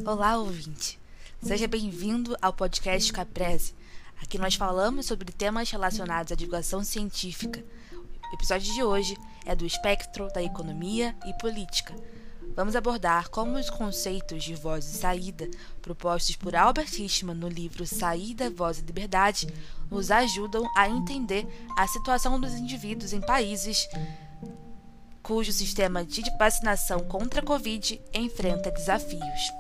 Olá, ouvinte! Seja bem-vindo ao podcast Caprese. Aqui nós falamos sobre temas relacionados à divulgação científica. O episódio de hoje é do espectro da economia e política. Vamos abordar como os conceitos de voz e saída, propostos por Albert Hirschman no livro Saída, Voz e Liberdade, nos ajudam a entender a situação dos indivíduos em países cujo sistema de vacinação contra a Covid enfrenta desafios.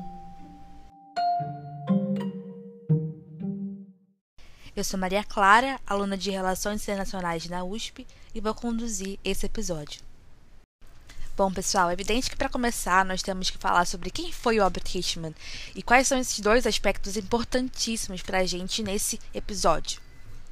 Eu sou Maria Clara, aluna de Relações Internacionais na USP, e vou conduzir esse episódio. Bom, pessoal, é evidente que para começar nós temos que falar sobre quem foi o Albert Hirschman e quais são esses dois aspectos importantíssimos para a gente nesse episódio.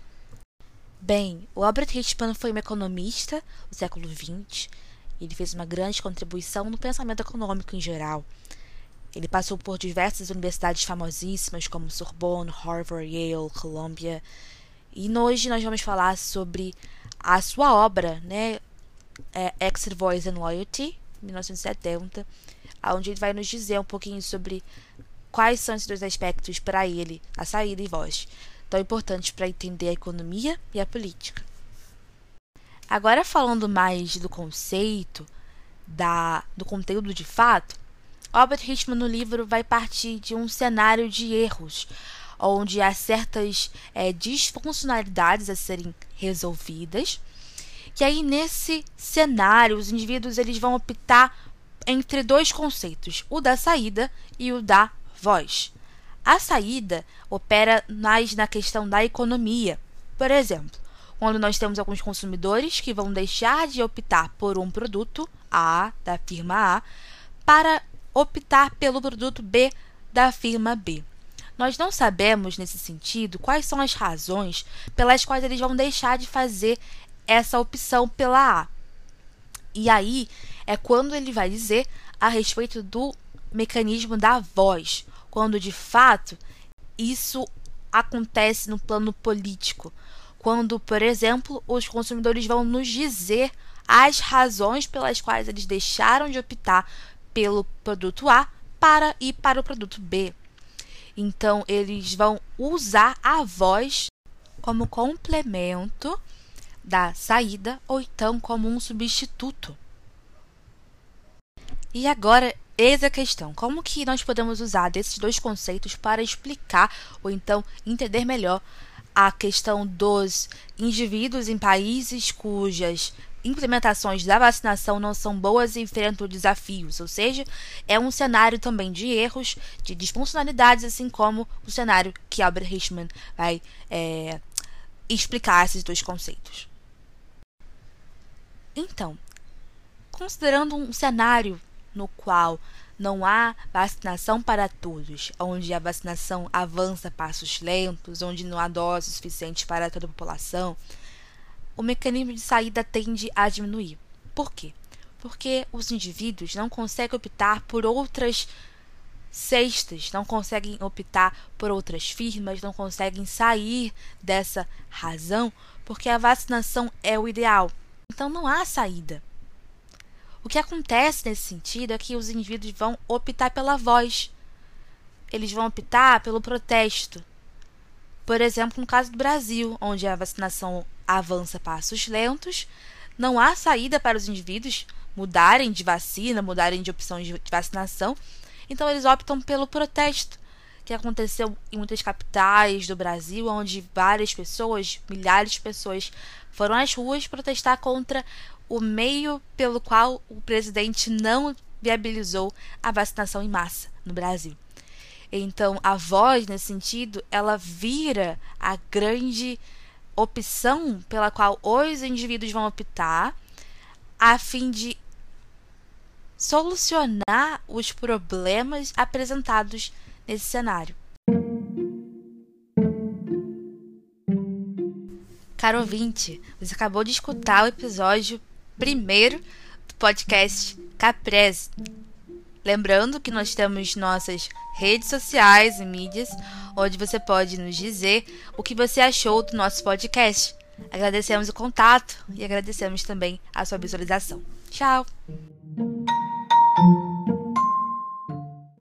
Bem, o Albert Hirschman foi um economista do século XX. Ele fez uma grande contribuição no pensamento econômico em geral. Ele passou por diversas universidades famosíssimas como Sorbonne, Harvard, Yale, Columbia. E hoje nós vamos falar sobre a sua obra, Exit, Voice and Loyalty, 1970, onde ele vai nos dizer um pouquinho sobre quais são esses dois aspectos para ele, a saída e voz, tão importantes para entender a economia e a política. Agora, falando mais do conceito, do conteúdo de fato, Albert Hirschman no livro vai partir de um cenário de erros, onde há certas disfuncionalidades a serem resolvidas. E aí, nesse cenário, os indivíduos eles vão optar entre dois conceitos, o da saída e o da voz. A saída opera mais na questão da economia. Por exemplo, quando nós temos alguns consumidores que vão deixar de optar por um produto A, da firma A, para optar pelo produto B da firma B. Nós não sabemos, nesse sentido, quais são as razões pelas quais eles vão deixar de fazer essa opção pela A. E aí é quando ele vai dizer a respeito do mecanismo da voz, quando de fato isso acontece no plano político. Quando, por exemplo, os consumidores vão nos dizer as razões pelas quais eles deixaram de optar pelo produto A para ir para o produto B. Então, eles vão usar a voz como complemento da saída ou então como um substituto. E agora, eis a questão. Como que nós podemos usar desses dois conceitos para explicar ou então entender melhor a questão dos indivíduos em países cujas implementações da vacinação não são boas e enfrentam desafios, ou seja, é um cenário também de erros, de disfuncionalidades, assim como o cenário que Albert Hirschman vai explicar esses dois conceitos. Então, considerando um cenário no qual não há vacinação para todos, onde a vacinação avança a passos lentos, onde não há doses suficientes para toda a população, o mecanismo de saída tende a diminuir. Por quê? Porque os indivíduos não conseguem optar por outras cestas, não conseguem optar por outras firmas, não conseguem sair dessa razão, porque a vacinação é o ideal. Então não há saída. O que acontece nesse sentido é que os indivíduos vão optar pela voz. Eles vão optar pelo protesto. Por exemplo, no caso do Brasil, onde a vacinação avança a passos lentos, não há saída para os indivíduos mudarem de vacina, mudarem de opção de vacinação, então eles optam pelo protesto, que aconteceu em muitas capitais do Brasil, onde várias pessoas, milhares de pessoas, foram às ruas protestar contra o meio pelo qual o presidente não viabilizou a vacinação em massa no Brasil. Então, a voz, nesse sentido, ela vira a grande opção pela qual os indivíduos vão optar a fim de solucionar os problemas apresentados nesse cenário. Caro ouvinte, você acabou de escutar o episódio primeiro do podcast Caprese. Lembrando que nós temos nossas redes sociais e mídias, onde você pode nos dizer o que você achou do nosso podcast. Agradecemos o contato e agradecemos também a sua visualização. Tchau!